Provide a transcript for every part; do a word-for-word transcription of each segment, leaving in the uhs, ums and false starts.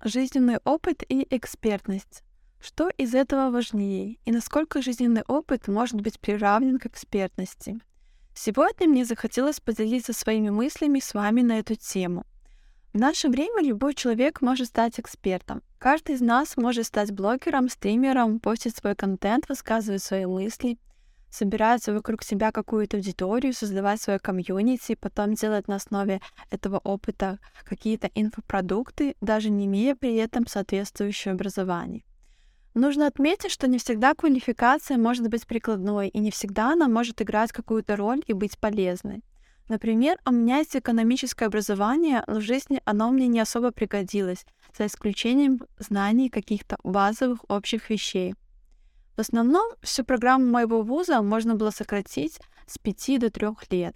Жизненный опыт и экспертность. Что из этого важнее и насколько жизненный опыт может быть приравнен к экспертности? Сегодня мне захотелось поделиться своими мыслями с вами на эту тему. В наше время любой человек может стать экспертом. Каждый из нас может стать блогером, стримером, постить свой контент, высказывать свои мысли, собираться вокруг себя какую-то аудиторию, создавать свое комьюнити, потом делать на основе этого опыта какие-то инфопродукты, даже не имея при этом соответствующее образование. Нужно отметить, что не всегда квалификация может быть прикладной, и не всегда она может играть какую-то роль и быть полезной. Например, у меня есть экономическое образование, но в жизни оно мне не особо пригодилось, за исключением знаний каких-то базовых общих вещей. В основном всю программу моего вуза можно было сократить с пяти до трёх лет.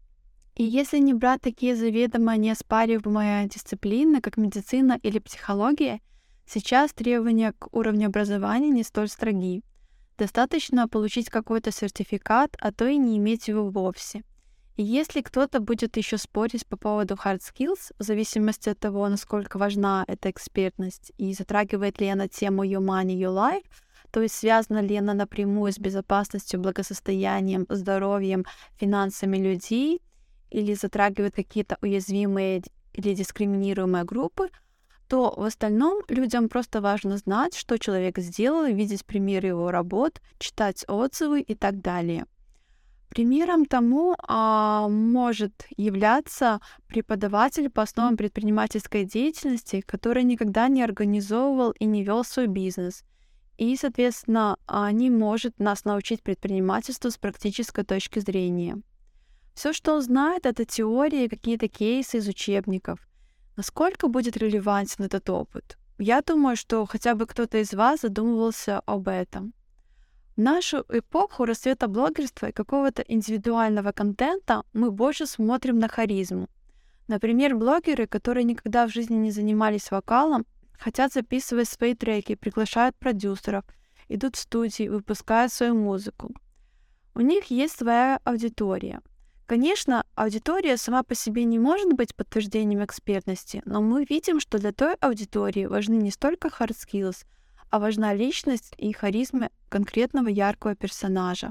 И если не брать такие заведомо неоспариваемые дисциплины, как медицина или психология, сейчас требования к уровню образования не столь строги. Достаточно получить какой-то сертификат, а то и не иметь его вовсе. И если кто-то будет еще спорить по поводу hard skills, в зависимости от того, насколько важна эта экспертность и затрагивает ли она тему your money, your life, то есть связана ли она напрямую с безопасностью, благосостоянием, здоровьем, финансами людей, или затрагивает какие-то уязвимые или дискриминируемые группы, то в остальном людям просто важно знать, что человек сделал, видеть примеры его работ, читать отзывы и так далее. Примером тому а, может являться преподаватель по основам предпринимательской деятельности, который никогда не организовывал и не вел свой бизнес. И, соответственно, не может нас научить предпринимательству с практической точки зрения. Все, что он знает, это теории, какие-то кейсы из учебников. Насколько будет релевантен этот опыт? Я думаю, что хотя бы кто-то из вас задумывался об этом. В нашу эпоху расцвета блогерства и какого-то индивидуального контента мы больше смотрим на харизму. Например, блогеры, которые никогда в жизни не занимались вокалом, хотят записывать свои треки, приглашают продюсеров, идут в студии, выпускают свою музыку. У них есть своя аудитория. Конечно, аудитория сама по себе не может быть подтверждением экспертности, но мы видим, что для той аудитории важны не столько hard skills, а важна личность и харизма конкретного яркого персонажа.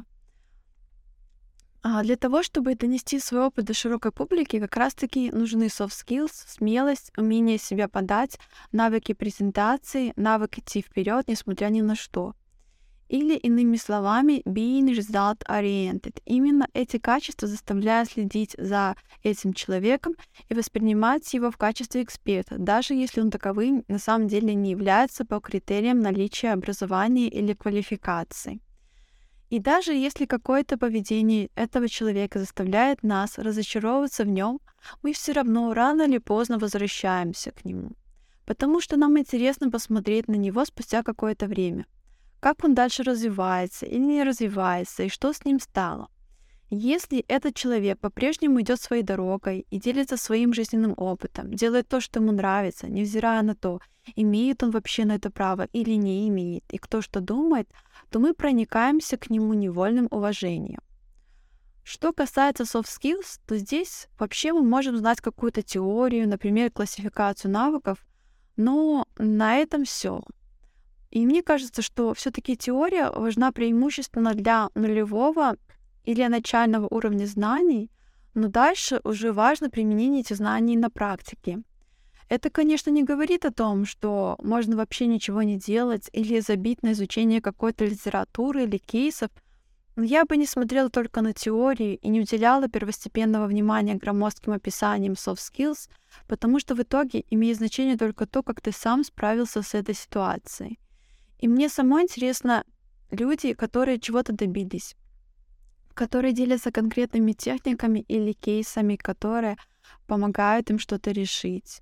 А для того, чтобы донести свой опыт до широкой публики, как раз-таки нужны soft skills, смелость, умение себя подать, навыки презентации, навык идти вперед, несмотря ни на что. Или, иными словами, being result-oriented. Именно эти качества заставляют следить за этим человеком и воспринимать его в качестве эксперта, даже если он таковым на самом деле не является по критериям наличия образования или квалификации. И даже если какое-то поведение этого человека заставляет нас разочаровываться в нем, мы все равно рано или поздно возвращаемся к нему, потому что нам интересно посмотреть на него спустя какое-то время, как он дальше развивается или не развивается, и что с ним стало. Если этот человек по-прежнему идет своей дорогой и делится своим жизненным опытом, делает то, что ему нравится, невзирая на то, имеет он вообще на это право или не имеет, и кто что думает, то мы проникаемся к нему невольным уважением. Что касается soft skills, то здесь вообще мы можем знать какую-то теорию, например, классификацию навыков, но на этом все. И мне кажется, что все-таки теория важна преимущественно для нулевого или начального уровня знаний, но дальше уже важно применение этих знаний на практике. Это, конечно, не говорит о том, что можно вообще ничего не делать или забить на изучение какой-то литературы или кейсов, но я бы не смотрела только на теории и не уделяла первостепенного внимания громоздким описаниям soft skills, потому что в итоге имеет значение только то, как ты сам справился с этой ситуацией. И мне самой интересно люди, которые чего-то добились, которые делятся конкретными техниками или кейсами, которые помогают им что-то решить.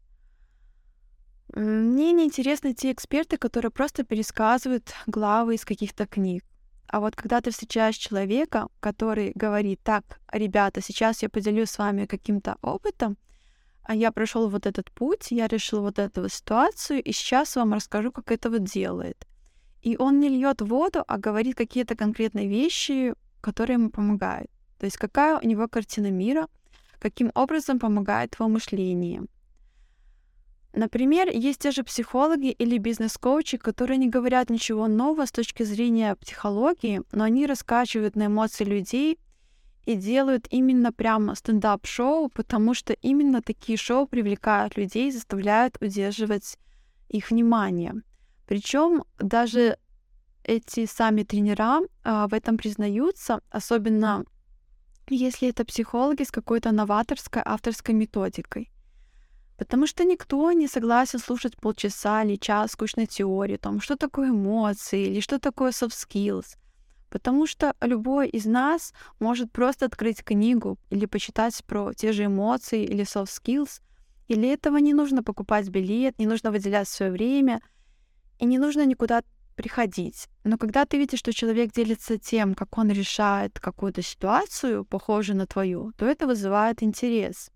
Мне не интересны те эксперты, которые просто пересказывают главы из каких-то книг. А вот когда ты встречаешь человека, который говорит: так, ребята, сейчас я поделюсь с вами каким-то опытом, а я прошел вот этот путь, я решил вот эту ситуацию, и сейчас вам расскажу, как это вот делает. И он не льет воду, а говорит какие-то конкретные вещи, которые ему помогают. То есть какая у него картина мира, каким образом помогает его мышление. Например, есть те же психологи или бизнес-коучи, которые не говорят ничего нового с точки зрения психологии, но они раскачивают на эмоции людей и делают именно прямо стендап-шоу, потому что именно такие шоу привлекают людей, заставляют удерживать их внимание. Причем даже эти сами тренера а, в этом признаются, особенно если это психологи с какой-то новаторской авторской методикой. Потому что никто не согласен слушать полчаса или час скучной теории, там, что такое эмоции или что такое soft skills. Потому что любой из нас может просто открыть книгу или почитать про те же эмоции или soft skills. И для этого не нужно покупать билет, не нужно выделять свое время и не нужно никуда приходить. Но когда ты видишь, что человек делится тем, как он решает какую-то ситуацию, похожую на твою, то это вызывает интерес.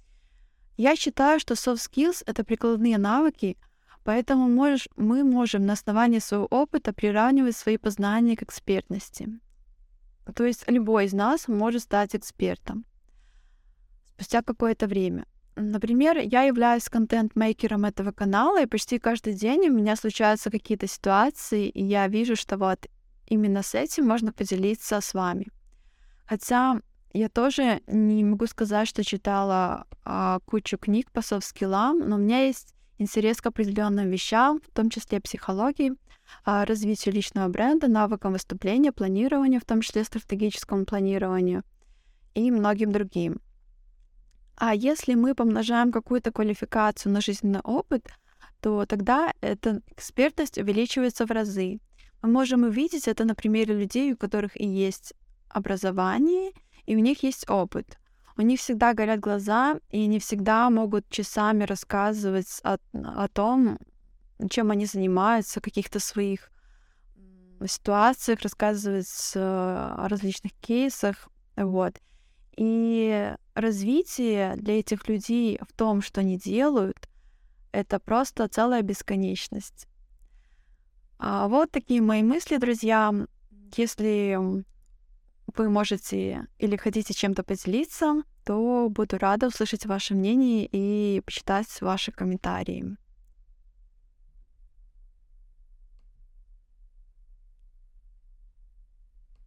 Я считаю, что soft skills — это прикладные навыки, поэтому можешь, мы можем на основании своего опыта приравнивать свои познания к экспертности. То есть любой из нас может стать экспертом спустя какое-то время. Например, я являюсь контент-мейкером этого канала, и почти каждый день у меня случаются какие-то ситуации, и я вижу, что вот именно с этим можно поделиться с вами. Хотя я тоже не могу сказать, что читала а, кучу книг по софт-скиллам, но у меня есть интерес к определенным вещам, в том числе психологии, а, развитию личного бренда, навыкам выступления, планированию, в том числе стратегическому планированию и многим другим. А если мы помножаем какую-то квалификацию на жизненный опыт, то тогда эта экспертность увеличивается в разы. Мы можем увидеть это на примере людей, у которых и есть образование, и у них есть опыт. У них всегда горят глаза, и они всегда могут часами рассказывать о, о том, чем они занимаются, о каких-то своих ситуациях, рассказывать о различных кейсах. Вот. И развитие для этих людей в том, что они делают, это просто целая бесконечность. А вот такие мои мысли, друзья. Если вы можете или хотите чем-то поделиться, то буду рада услышать ваше мнение и почитать ваши комментарии.